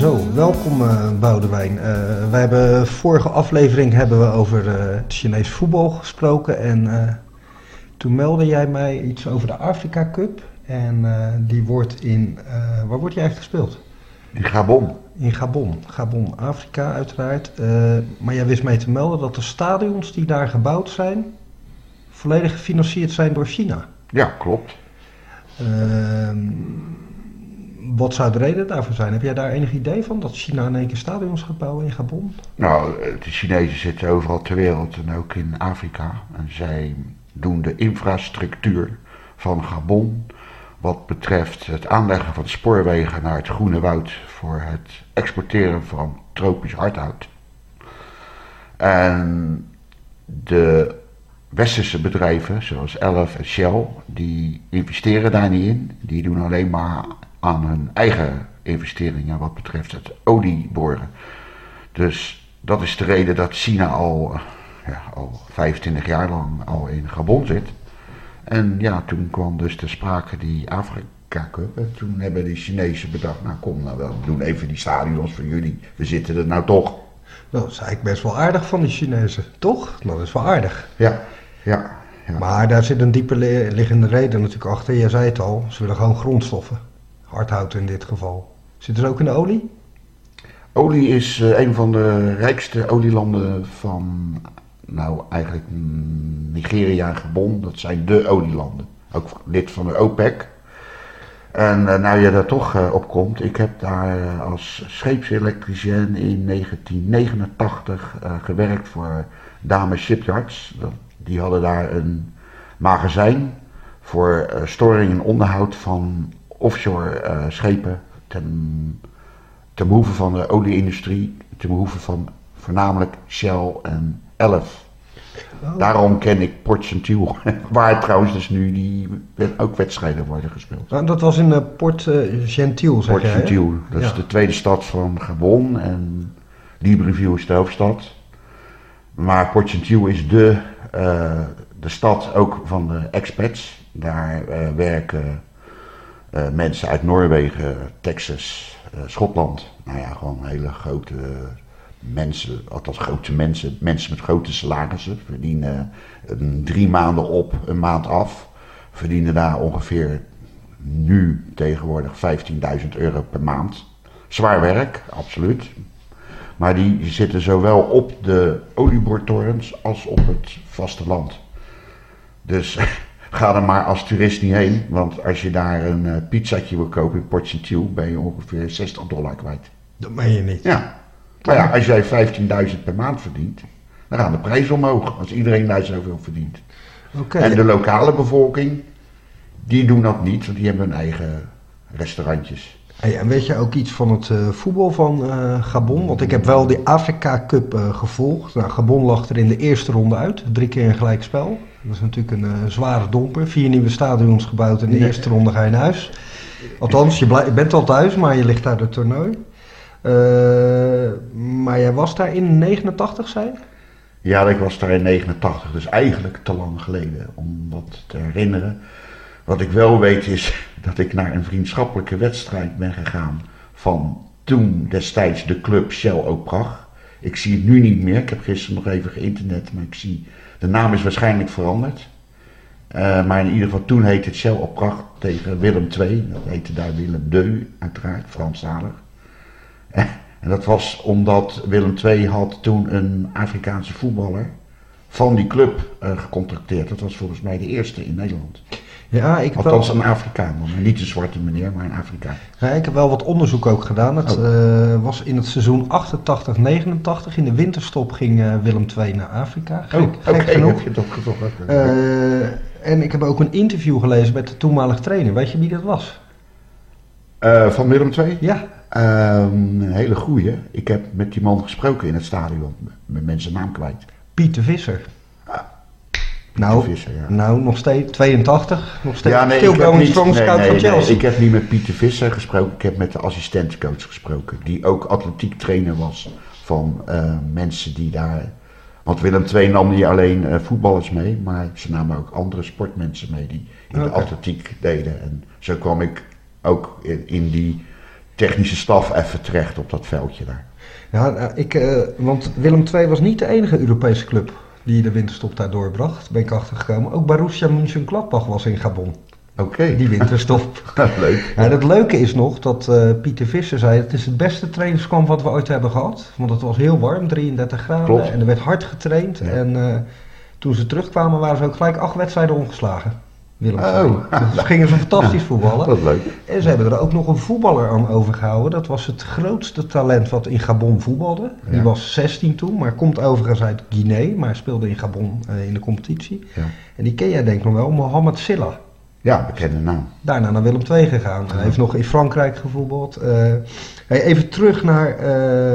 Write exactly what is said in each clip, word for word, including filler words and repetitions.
Zo, welkom uh, Boudewijn. Uh, wij hebben vorige aflevering hebben we over uh, het Chinees voetbal gesproken en uh, toen meldde jij mij iets over de Afrika Cup en uh, die wordt in, uh, waar wordt die eigenlijk gespeeld? In Gabon. In Gabon, Gabon, Afrika uiteraard. Uh, maar jij wist mij te melden dat de stadions die daar gebouwd zijn volledig gefinancierd zijn door China. Ja, klopt. Uh, Wat zou de reden daarvoor zijn? Heb jij daar enig idee van, dat China in één keer stadions gaat bouwen in Gabon? Nou, de Chinezen zitten overal ter wereld en ook in Afrika. En zij doen de infrastructuur van Gabon wat betreft het aanleggen van spoorwegen naar het groene woud voor het exporteren van tropisch hardhout. En de westerse bedrijven, zoals Elf en Shell, die investeren daar niet in. Die doen alleen maar aan hun eigen investeringen wat betreft het olieboren. Dus dat is de reden dat China al, ja, al vijfentwintig jaar lang al in Gabon zit. En ja, toen kwam dus te sprake die Afrika Cup. En toen hebben de Chinezen bedacht, nou kom, nou, we doen even die stadions voor jullie. We zitten er nou toch. Nou, dat is eigenlijk best wel aardig van die Chinezen, toch? Dat is wel aardig. Ja, ja. ja. Maar daar zit een dieper liggende reden natuurlijk achter. Jij zei het al, ze willen gewoon grondstoffen. Hardhout in dit geval. Zit er ook in de olie? Olie is uh, een van de rijkste olielanden van, nou eigenlijk Nigeria en Gabon. Dat zijn de olielanden. Ook lid van de OPEC. En uh, nou je daar toch uh, op komt. Ik heb daar uh, als scheepselektricien in negentien negenentachtig uh, gewerkt voor Dame Shipyards. Die hadden daar een magazijn voor uh, storing en onderhoud van offshore uh, schepen ten, ten behoeve van de olieindustrie, ten behoeve van voornamelijk Shell en Elf. Oh. Daarom ken ik Port Gentil, waar trouwens dus nu die ook wedstrijden worden gespeeld. Nou, dat was in uh, Port uh, Gentil, zeg Port jij, Gentil, dat ja. is de tweede stad van Gabon en Libreville is de hoofdstad. Maar Port Gentil is de, uh, de stad ook van de expats. Daar uh, werken Uh, mensen uit Noorwegen, Texas, uh, Schotland. Nou ja, gewoon hele grote uh, mensen, althans grote mensen, mensen met grote salarissen. Verdienen uh, drie maanden op, een maand af. Verdienen daar ongeveer nu tegenwoordig vijftienduizend euro per maand. Zwaar werk, absoluut. Maar die zitten zowel op de olieboortorens als op het vasteland. Dus ga er maar als toerist niet heen, want als je daar een uh, pizzatje wil kopen in Port Gentil, ben je ongeveer zestig dollar kwijt. Dat meen je niet. Ja. Maar ja, als jij vijftienduizend per maand verdient, dan gaan de prijzen omhoog, als iedereen daar zoveel verdient. Okay. En de lokale bevolking, die doen dat niet, want die hebben hun eigen restaurantjes. Hey, en weet je ook iets van het uh, voetbal van uh, Gabon? Want ik heb wel die Afrika Cup uh, gevolgd. Nou, Gabon lag er in de eerste ronde uit, drie keer een gelijkspel. Dat is natuurlijk een uh, zware domper. Vier nieuwe stadions gebouwd in de nee. eerste ronde ga je naar huis. Althans, je, blij, je bent al thuis, maar je ligt daar de toernooi. Uh, maar jij was daar in negenentachtig, zei je? Ja, ik was daar in negenentachtig, dus eigenlijk te lang geleden om dat te herinneren. Wat ik wel weet is dat ik naar een vriendschappelijke wedstrijd ben gegaan van toen destijds de club Shell Oprach. Ik zie het nu niet meer, ik heb gisteren nog even geïnternet, maar ik zie, de naam is waarschijnlijk veranderd. Uh, maar in ieder geval toen heette het Shell Oprach tegen Willem twee, dat heette daar Willem deux, uiteraard, Franstalig. En, en dat was omdat Willem twee had toen een Afrikaanse voetballer van die club uh, gecontracteerd. Dat was volgens mij de eerste in Nederland. Ja, ik Althans wel... een Afrikaan, maar niet een zwarte meneer, maar een Afrikaan. Ja, ik heb wel wat onderzoek ook gedaan. Het oh. uh, was in het seizoen achtentachtig negenentachtig. In de winterstop ging uh, Willem twee naar Afrika. Gek, oh, gek okay, genoeg. Heb je het opgezocht? Uh, en ik heb ook een interview gelezen met de toenmalige trainer. Weet je wie dat was? Uh, van Willem twee? Ja. Uh, een hele goeie. Ik heb met die man gesproken in het stadion. Met mensen naam kwijt. Pieter Visser. Nou, Visser, ja. nou, nog steeds tweeëntachtig, nog steeds ja, nee, still going strong nee, scout nee, van Chelsea. Nee, ik heb niet met Pieter Visser gesproken, ik heb met de assistentcoach gesproken, die ook atletiek trainer was van uh, mensen die daar, want Willem twee nam niet alleen uh, voetballers mee, maar ze namen ook andere sportmensen mee die in okay. de atletiek deden. En zo kwam ik ook in, in die technische staf even terecht op dat veldje daar. Ja, nou, ik, uh, want Willem twee was niet de enige Europese club die de winterstop daar doorbracht. Ben ik achtergekomen. Ook Borussia Mönchengladbach was in Gabon. Oké. Okay. Die winterstop. Leuk. Ja, het leuke is nog dat uh, Pieter Visser zei, het is het beste trainingskamp wat we ooit hebben gehad. Want het was heel warm, drieëndertig graden. Klopt. En er werd hard getraind. Ja. En uh, toen ze terugkwamen waren ze ook gelijk acht wedstrijden ongeslagen. Willem twee. Oh. Dus gingen ze fantastisch voetballen. Dat is leuk. En ze hebben er ook nog een voetballer aan overgehouden. Dat was het grootste talent wat in Gabon voetbalde. Die ja. was zestien toen, maar komt overigens uit Guinea. Maar speelde in Gabon uh, in de competitie. Ja. En die ken jij denk ik nog wel, Mohamed Silla. Ja, bekende naam. Daarna naar Willem twee gegaan. Ja. Hij heeft nog in Frankrijk gevoetbald. Uh, hey, even terug naar uh,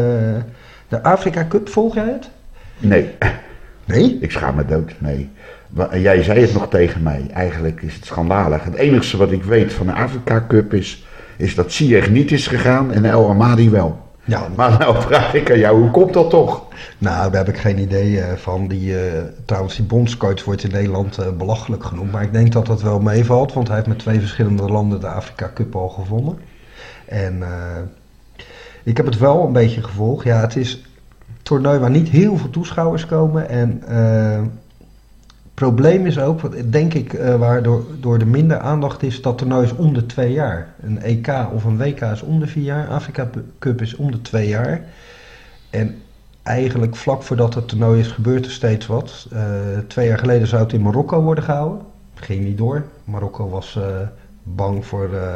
de Afrika Cup. Volg jij het? Nee. Nee? Ik schaam me dood, nee. Jij zei het nog tegen mij. Eigenlijk is het schandalig. Het enige wat ik weet van de Afrika Cup is, is dat Ziyech niet is gegaan en El Amadi wel. Ja. Maar nou vraag ik aan jou, hoe komt dat toch? Nou, daar heb ik geen idee uh, van. Die, uh, trouwens, die bondscoach wordt in Nederland uh, belachelijk genoemd. Maar ik denk dat dat wel meevalt, want hij heeft met twee verschillende landen de Afrika Cup al gewonnen. En uh, ik heb het wel een beetje gevolgd. Ja, het is een toernooi waar niet heel veel toeschouwers komen. En uh, het probleem is ook, denk ik, uh, waardoor door de minder aandacht is, dat toernooi is om de twee jaar. Een E K of een W K is om de vier jaar. Afrika Cup is om de twee jaar. En eigenlijk vlak voordat het toernooi is, gebeurt er steeds wat. Uh, twee jaar geleden zou het in Marokko worden gehouden. Ging niet door. Marokko was uh, bang voor... Uh,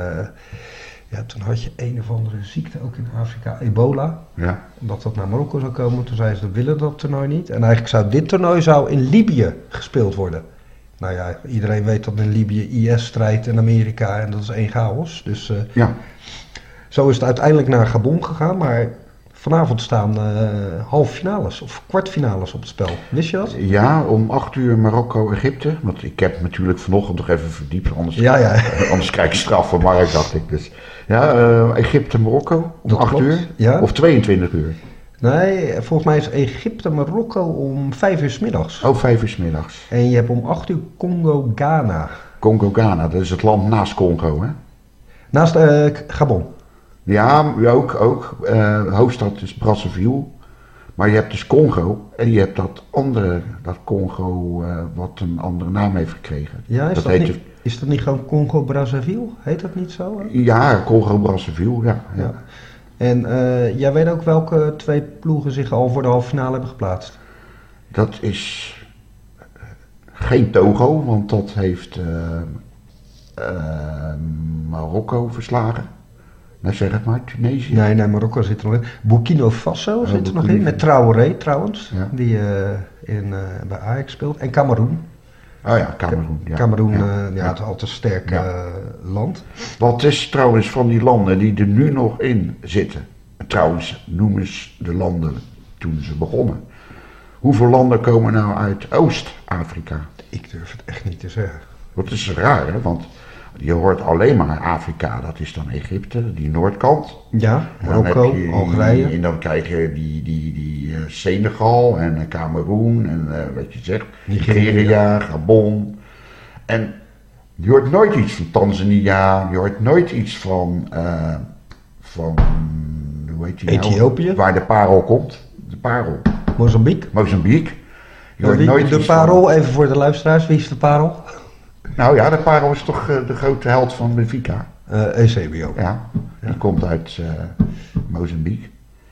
ja, toen had je een of andere ziekte ook in Afrika, ebola. Ja. Dat dat naar Marokko zou komen. Toen zeiden ze, we willen dat toernooi niet. En eigenlijk zou dit toernooi zou in Libië gespeeld worden. Nou ja, iedereen weet dat in Libië I S strijdt in Amerika en dat is één chaos. Dus uh, ja. Zo is het uiteindelijk naar Gabon gegaan, maar... Vanavond staan uh, halve finales of kwartfinales op het spel. Wist je dat? Ja, om acht uur Marokko-Egypte. Want ik heb natuurlijk vanochtend nog even verdiept. Anders, ja, ja. anders krijg ik straf van Mark, dacht ik. Dus ja, uh, Egypte-Marokko om acht uur. Ja. Of tweeëntwintig uur. Nee, volgens mij is Egypte-Marokko om vijf uur 's middags. Oh, vijf uur 's middags. En je hebt om acht uur Congo-Ghana. Congo-Ghana, dat is het land naast Congo, hè? Naast uh, Gabon. Ja, ook. ook. Uh, hoofdstad is Brazzaville. Maar je hebt dus Congo en je hebt dat andere, dat Congo uh, wat een andere naam heeft gekregen. Ja, is dat, dat heet niet, je... is dat niet gewoon Congo-Brazzaville? Heet dat niet zo? Hè? Ja, Congo-Brazzaville, ja, ja. ja. En uh, jij weet ook welke twee ploegen zich al voor de halve finale hebben geplaatst? Dat is geen Togo, want dat heeft uh, uh, Marokko verslagen. Nou, zeg het maar, Tunesië. Nee, nee, Marokko zit er nog in. Burkina Faso zit er nog in, met Traoré trouwens, ja. die uh, in, uh, bij Ajax speelt. En Cameroen. Oh ja, Cameroen. Ja. Cameroen, ja, uh, ja, het is altijd een sterk ja. uh, land. Wat is trouwens van die landen die er nu nog in zitten? Trouwens, noemen ze de landen toen ze begonnen. Hoeveel landen komen nou uit Oost-Afrika? Ik durf het echt niet te zeggen. Dat is raar, hè, want... Je hoort alleen maar Afrika, dat is dan Egypte, die noordkant. Ja, Marokko, Algerije. En dan krijg je die, die, die uh, Senegal en uh, Cameroen en uh, wat je zegt, Nigeria, Gabon. En je hoort nooit iets van Tanzania, je hoort nooit iets van, uh, van hoe heet die Ethiopië, nou, waar de parel komt. De parel. Mozambique. Mozambique. Je hoort nooit de parel, van... even voor de luisteraars, wie is de parel? Nou ja, de parel is toch uh, de grote held van Benfica. Uh, Eusebio. Ja, die ja. komt uit uh, Mozambique.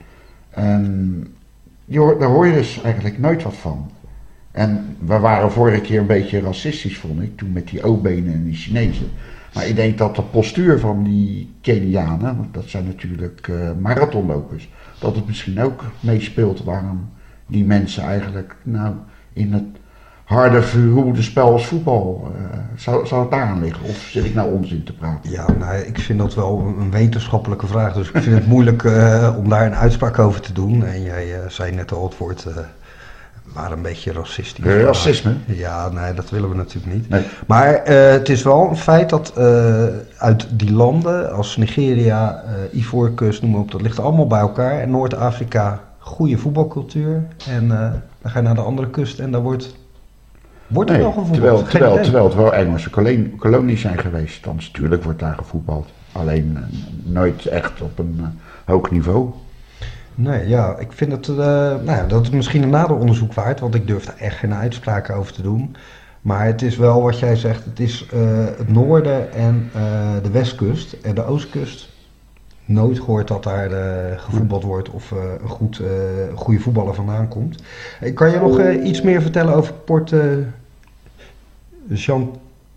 En die hoor, daar hoor je dus eigenlijk nooit wat van. En we waren vorige keer een beetje racistisch, vond ik, toen met die O-benen en die Chinezen. Maar ik denk dat de postuur van die Kenianen, want dat zijn natuurlijk uh, marathonlopers, dat het misschien ook meespeelt waarom die mensen eigenlijk nou in het harde verroerde spel als voetbal, uh, zou, zou het daaraan liggen? Of zit ik nou onzin te praten? Ja, nou, ik vind dat wel een wetenschappelijke vraag, dus ik vind het moeilijk uh, om daar een uitspraak over te doen. En jij uh, zei net al het woord, uh, waren een beetje racistisch. Uh, racisme? Ja, nee, dat willen we natuurlijk niet. Nee. Maar uh, het is wel een feit dat uh, uit die landen, als Nigeria, uh, Ivoorkust, noem maar op, dat ligt allemaal bij elkaar. En Noord-Afrika, goede voetbalcultuur. En uh, dan ga je naar de andere kust en daar wordt... Wordt er nee, wel gevoetbald? Terwijl, terwijl, terwijl het wel Engelse kolonies zijn geweest, dan natuurlijk wordt daar gevoetbald. Alleen uh, nooit echt op een uh, hoog niveau. Nee, ja, ik vind het, uh, nou ja, dat is misschien een nader onderzoek waard, want ik durf daar echt geen uitspraken over te doen. Maar het is wel wat jij zegt, het is uh, het noorden en uh, de westkust en de oostkust. Nooit gehoord dat daar uh, gevoetbald wordt of uh, een goed, uh, goede voetballer vandaan komt. Hey, kan je nog uh, iets meer vertellen over Port uh, Jean...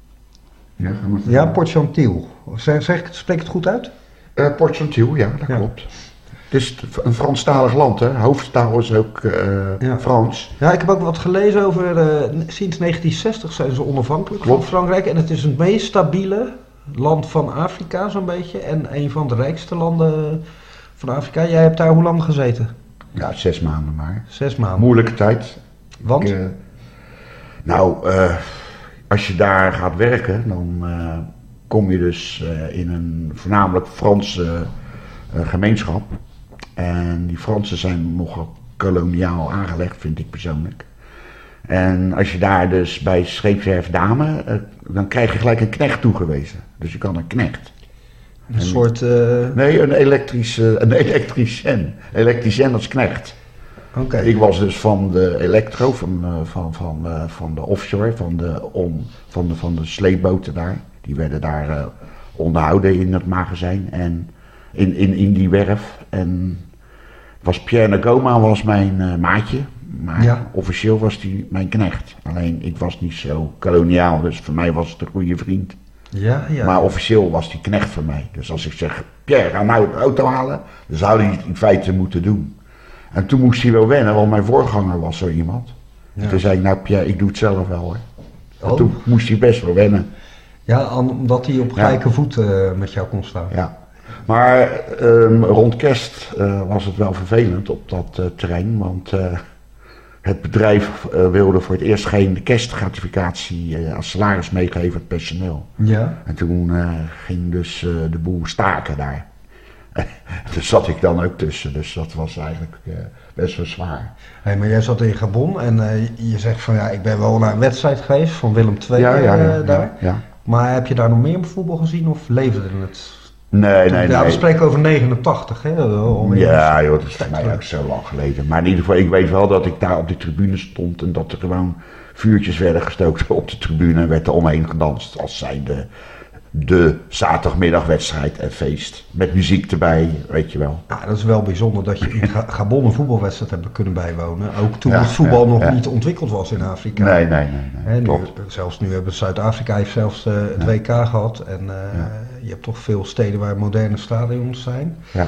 Ja, gaan we ja, Port Gentil. Zeg, zeg, spreek ik het goed uit? Uh, Port Gentil, ja, dat ja. klopt. Het is een Franstalig land, hè. Hoofdtaal is ook uh, ja. Frans. Ja, ik heb ook wat gelezen over, uh, sinds negentien zestig zijn ze onafhankelijk Klopt. van Frankrijk. En het is het meest stabiele land van Afrika, zo'n beetje. En een van de rijkste landen van Afrika. Jij hebt daar hoe lang gezeten? Ja, zes maanden maar. Zes maanden. Moeilijke tijd. Want? Ik, uh, nou, uh, als je daar gaat werken, dan uh, kom je dus uh, in een voornamelijk Franse uh, gemeenschap. En die Fransen zijn nogal koloniaal aangelegd, vind ik persoonlijk. En als je daar dus bij scheepswerf Dame, uh, dan krijg je gelijk een knecht toegewezen. Dus je kan een knecht. Een en, soort... Uh... Nee, een elektrische, een elektricien. Elektricien als knecht. Okay. Ik was dus van de elektro, van, van, van, uh, van de offshore, van de, on, van, de, van de sleepboten daar. Die werden daar uh, onderhouden in het magazijn en in, in, in die werf. En was Pierre Ngoma was mijn uh, maatje, maar ja. officieel was hij mijn knecht. Alleen ik was niet zo koloniaal, dus voor mij was het een goede vriend. Ja, ja. Maar officieel was hij knecht voor mij. Dus als ik zeg, Pierre, ga nou de auto halen, dan zou hij het in feite moeten doen. En toen moest hij wel wennen, want mijn voorganger was zo iemand. Ja. Toen zei ik, nou Pierre, ik doe het zelf wel hoor. Oh. En toen moest hij best wel wennen. Ja, omdat hij op gelijke ja. voet uh, met jou kon staan. Ja. Maar um, rond kerst uh, was het wel vervelend op dat uh, terrein, want uh, het bedrijf uh, wilde voor het eerst geen kerstgratificatie uh, als salaris meegeven aan het personeel. Ja. En toen uh, ging dus uh, de boel staken daar. Daar zat ik dan ook tussen, dus dat was eigenlijk uh, best wel zwaar. Hey, maar jij zat in Gabon en uh, je zegt van ja, ik ben wel naar een wedstrijd geweest van Willem twee ja, ja, ja, uh, daar. Ja, ja. Maar heb je daar nog meer voetbal gezien of leefde het? Nee, nee, nee. Ja, we spreken over negenentachtig, hè? Ja, joh, dat is voor mij ook zo lang geleden. Maar in ieder geval, ik weet wel dat ik daar op die tribune stond en dat er gewoon vuurtjes werden gestookt op de tribune en werd er omheen gedanst als zijnde de zaterdagmiddagwedstrijd en feest. Met muziek erbij, weet je wel. Ja, dat is wel bijzonder dat je in Gabon een voetbalwedstrijd hebt kunnen bijwonen. Ook toen ja, het voetbal ja, nog ja. niet ontwikkeld was in Afrika. Nee, nee, nee. nee He, nu, klopt. Zelfs nu hebben Zuid-Afrika heeft zelfs uh, het ja. W K gehad. En uh, ja. je hebt toch veel steden waar moderne stadions zijn. Ja.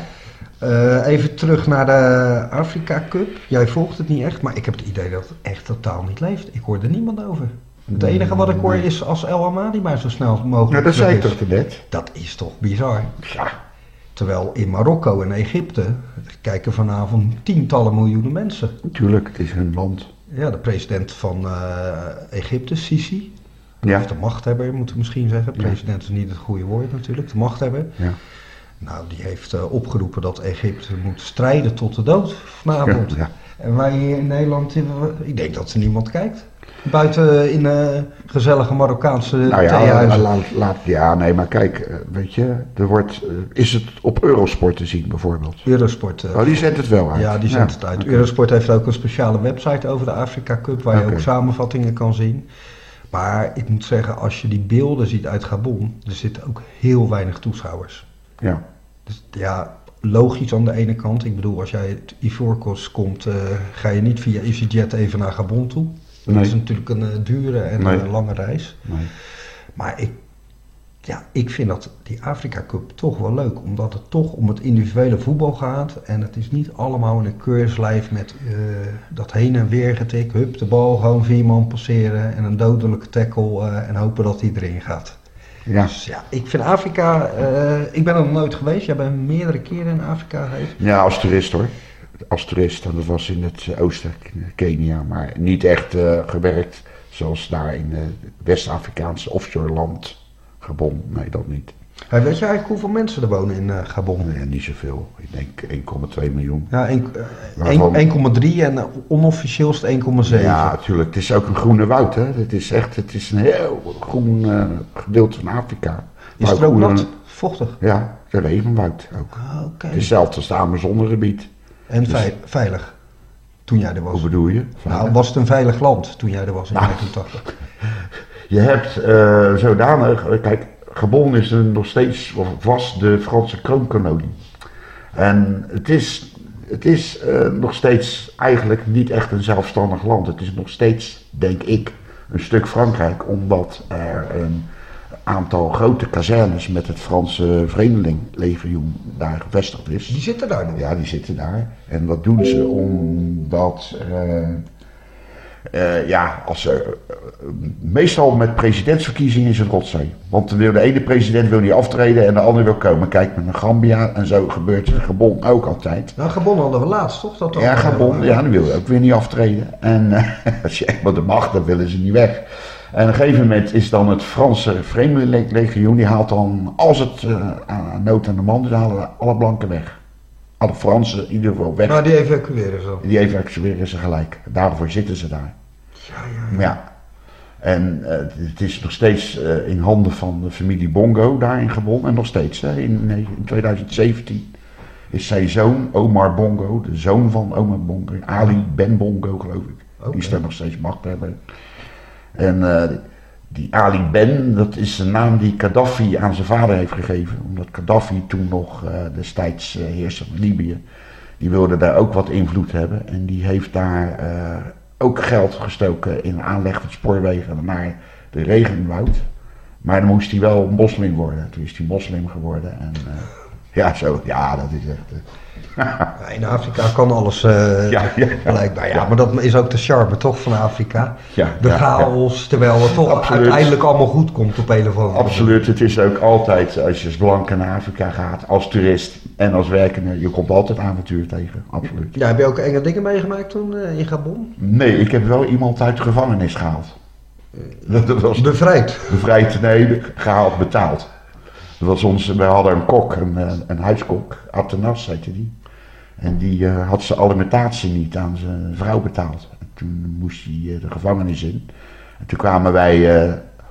Uh, even terug naar de Afrika Cup. Jij volgt het niet echt, maar ik heb het idee dat het echt totaal niet leeft. Ik hoor er niemand over. Het enige wat ik hoor is als El Amadi maar zo snel mogelijk. Nou, dat zei ik toch net. Dat is toch bizar. Ja. Terwijl in Marokko en Egypte kijken vanavond tientallen miljoenen mensen. Natuurlijk, het is hun land. Ja, de president van uh, Egypte, Sisi. Ja. Of de machthebber, moeten we misschien zeggen. President is niet het goede woord natuurlijk, de machthebber. Ja. Nou, die heeft uh, opgeroepen dat Egypte moet strijden tot de dood vanavond. Ja, ja. En wij hier in Nederland, ik denk dat er niemand kijkt. Buiten in uh, gezellige Marokkaanse nou ja, theehuizen. Laat, laat, ja, nee, maar kijk, weet je, er wordt, is het op Eurosport te zien bijvoorbeeld? Eurosport. Uh, oh, die zendt het wel uit? Ja, die zendt ja, het uit. Okay. Eurosport heeft ook een speciale website over de Afrika Cup, waar je okay. ook samenvattingen kan zien. Maar ik moet zeggen, als je die beelden ziet uit Gabon, er zitten ook heel weinig toeschouwers. Ja. Dus ja, logisch aan de ene kant. Ik bedoel, als jij uit Ivoorkust komt, uh, ga je niet via EasyJet even naar Gabon toe. Dat nee. is natuurlijk een uh, dure en nee. een lange reis. Nee. Maar ik, ja, ik vind dat die Afrika Cup toch wel leuk. Omdat het toch om het individuele voetbal gaat. En het is niet allemaal in een keurslijf met uh, dat heen en weer getik. Hup, de bal, gewoon vier man passeren. En een dodelijke tackle uh, en hopen dat hij erin gaat. Ja. Dus ja, ik vind Afrika... Uh, ik ben er nog nooit geweest. Jij bent meerdere keren in Afrika geweest. Ja, als toerist hoor. Als toerist, en dat was in het oosten, Kenia, maar niet echt uh, gewerkt zoals daar in het West-Afrikaanse offshore land, Gabon, nee dat niet. Hey, weet je eigenlijk hoeveel mensen er wonen in uh, Gabon? Nee, niet zoveel, ik denk één komma twee miljoen. Ja, één komma drie en uh, onofficieel is het één komma zeven. Ja, natuurlijk, het is ook een groene woud, hè. Het is echt, het is een heel groen uh, gedeelte van Afrika. Is het er ook nat? Vochtig? Ja, de regenwoud ook. Ah, oké. Okay. Hetzelfde als het Amazonegebied. En dus, vei- veilig, toen jij er was? Hoe bedoel je? Veilig? Nou, Veilig? was het een veilig land toen jij er was in Nou, negentien tachtig? Je hebt uh, zodanig... Kijk, Gabon is een, nog steeds, of was de Franse kroonkolonie. En het is... Het is uh, nog steeds eigenlijk niet echt een zelfstandig land. Het is nog steeds, denk ik, een stuk Frankrijk, omdat er een aantal grote kazernes met het Franse Vreemdelinglegioen daar gevestigd is. Die zitten daar nog? Ja, die zitten daar. En dat doen ze omdat, uh, uh, ja, als er, uh, meestal met presidentsverkiezingen is het rotzooi. Want de, de ene president wil niet aftreden en de andere wil komen. Kijk, met een Gambia en zo gebeurt het in Gabon ook altijd. Nou, Gabon hadden we laatst, toch? Dat ja, Gabon, ja, die wil ook weer niet aftreden. En uh, als je eenmaal de macht, dan willen ze niet weg. En op een gegeven moment is dan het Franse Vreemdelingenlegioen, die haalt dan, als het uh, aan nood aan de man is, halen alle blanken weg. Alle Fransen in ieder geval weg. Maar die evacueren ze. Die evacueren ze gelijk. Daarvoor zitten ze daar. Ja, ja, ja. ja. En uh, het is nog steeds uh, in handen van de familie Bongo daar in Gabon. En nog steeds, hè, in, in twintig zeventien is zijn zoon Omar Bongo, de zoon van Omar Bongo, Ali Ben Bongo geloof ik. Okay. Die is daar nog steeds machthebber. En uh, die Ali Ben, dat is een naam die Gaddafi aan zijn vader heeft gegeven. Omdat Gaddafi toen nog uh, destijds uh, heerste van Libië. Die wilde daar ook wat invloed hebben. En die heeft daar uh, ook geld gestoken in aanleg van spoorwegen naar de regenwoud. Maar dan moest hij wel moslim worden. Toen is hij moslim geworden. En uh, ja, zo, ja, dat is echt... Uh, Ja, in Afrika kan alles uh, ja, ja, blijkbaar. Ja, ja, maar dat is ook de charme toch van Afrika. Ja, de ja, chaos, ja. Terwijl het toch Absoluut. uiteindelijk allemaal goed komt op een of andere manier. Absoluut, het is ook altijd, als je als blanke naar Afrika gaat, als toerist en als werkende, je komt altijd avontuur tegen. Absoluut. Ja, heb je ook enge dingen meegemaakt toen uh, in Gabon? Nee, ik heb wel iemand uit de gevangenis gehaald. Uh, dat was bevrijd? Bevrijd, nee, gehaald, betaald. Dat was ons, we hadden een kok, een, een huiskok, Atenas heette die. En die uh, had zijn alimentatie niet aan zijn vrouw betaald. En toen moest hij uh, de gevangenis in. En toen kwamen wij uh,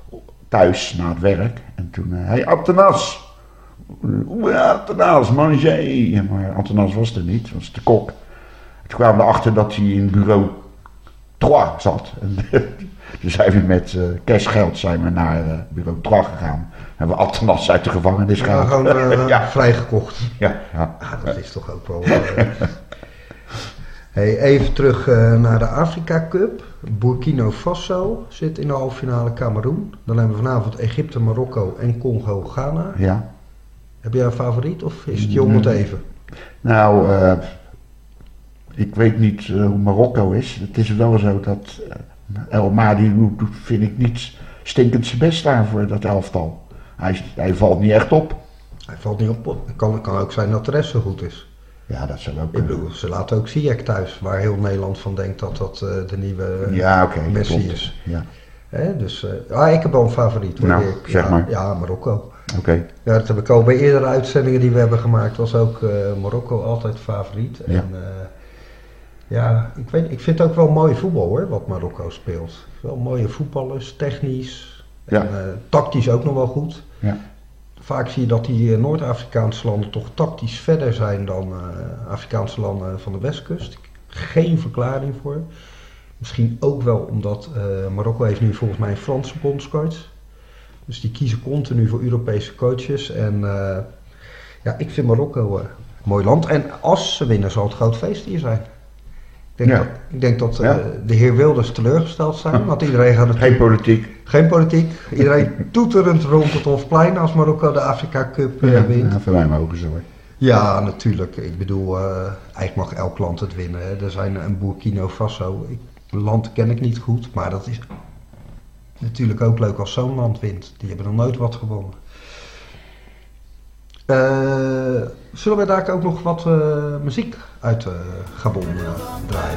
thuis na het werk. En toen, hé uh, hey, Atenas! Oeh, Atenas, manger! Ja, maar Atenas was er niet, was de kok. En toen kwamen we erachter dat hij in bureau drie zat. En toen zijn we met uh, cashgeld zijn we naar uh, bureau drie gegaan. Hebben we Atenas uit de gevangenis gehaald. Ja, gewoon uh, ja. vrijgekocht. Ja, ja. Ah, dat is toch ook wel... Uh... hey, even terug uh, naar de Afrika Cup. Burkina Faso zit in de halve finale Cameroen. Dan hebben we vanavond Egypte, Marokko en Congo, Ghana. Ja. Heb jij een favoriet of is het je om het even? Nou, uh, ik weet niet uh, hoe Marokko is. Het is wel zo dat uh, El Madi doet, vind ik niet stinkend zijn best daar voor dat elftal. Hij, hij valt niet echt op. Hij valt niet op. Het kan, kan ook zijn dat de rest zo goed is. Ja, dat zou ook Ik bedoel, ze laten ook Ziyech thuis, waar heel Nederland van denkt dat dat uh, de nieuwe uh, ja, okay, Messi is. Ja. Hè, dus, uh, ah, ik heb wel een favoriet. Nou, ik, zeg ja, maar. Ja, Marokko. Oké. Okay. Ja, dat heb ik al bij eerdere uitzendingen die we hebben gemaakt, was ook uh, Marokko altijd favoriet. Ja. En uh, ja, ik, weet, ik vind het ook wel mooi voetbal hoor, wat Marokko speelt. Wel mooie voetballers, technisch. En, ja. uh, tactisch ook nog wel goed. Ja. Vaak zie je dat die uh, Noord-Afrikaanse landen toch tactisch verder zijn dan uh, Afrikaanse landen van de westkust. Geen verklaring voor. Misschien ook wel omdat uh, Marokko heeft nu volgens mij een Franse bondscoach. Dus die kiezen continu voor Europese coaches. En uh, ja, ik vind Marokko uh, een mooi land. En als ze winnen zal het groot feest hier zijn. Ik denk, ja. dat, ik denk dat uh, ja. de heer Wilders teleurgesteld zijn, want iedereen gaat het... Geen politiek. Geen politiek. Iedereen toeterend rond het Hofplein als Marokko de Afrika Cup uh, ja, wint. Ja, voor mij mogen ze hoor. Ja, natuurlijk. Ik bedoel, uh, eigenlijk mag elk land het winnen. Hè. Er zijn een Burkina Faso. Ik, land ken ik niet goed, maar dat is natuurlijk ook leuk als zo'n land wint. Die hebben nog nooit wat gewonnen. Uh, zullen we daar ook nog wat uh, muziek uit uh, Gabon uh, draaien?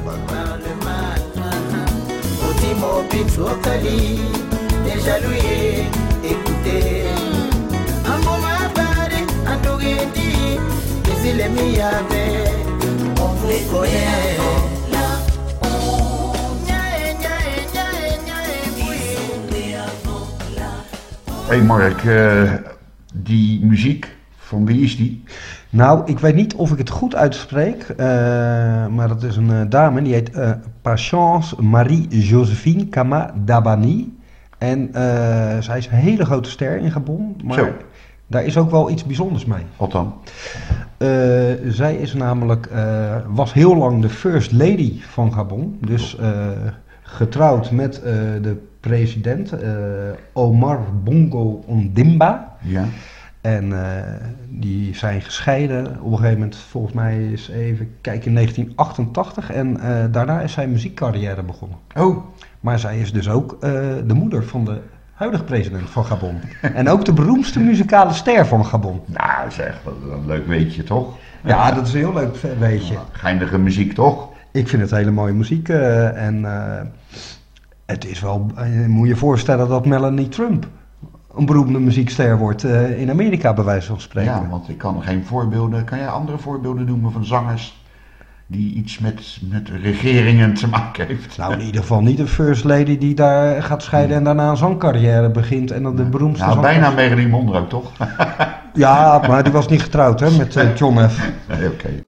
Hey Mark, uh, die muziek, van wie is die? Nou, ik weet niet of ik het goed uitspreek, uh, maar dat is een uh, dame, die heet uh, Patience Marie-Joséphine Kama Dabani. En uh, zij is een hele grote ster in Gabon, maar Zo. Daar is ook wel iets bijzonders mee. Wat dan? Uh, zij is namelijk, uh, was heel lang de first lady van Gabon, dus uh, getrouwd met uh, de president uh, Omar Bongo Ondimba. Ja. En uh, die zijn gescheiden op een gegeven moment, volgens mij is even kijken, in negentien achtentachtig. En uh, daarna is zijn muziekcarrière begonnen. Oh. Maar zij is dus ook uh, de moeder van de huidige president van Gabon. En ook de beroemdste muzikale ster van Gabon. Nou, zeg, wat een leuk weetje toch? Ja, dat is een heel leuk weetje. Ja, geindige muziek toch? Ik vind het hele mooie muziek. Uh, en uh, het is wel, uh, moet je je voorstellen dat Melanie Trump een beroemde muziekster wordt uh, in Amerika, bij wijze van spreken. Ja, want ik kan geen voorbeelden. Kan jij andere voorbeelden noemen van zangers die iets met, met regeringen te maken heeft? Nou, in ieder geval niet de first lady die daar gaat scheiden en daarna een zangcarrière begint en dan de beroemdste Nou, zangers. bijna Marilyn Monroe toch? Ja, maar die was niet getrouwd hè, met uh, John F. Nee, oké. Okay.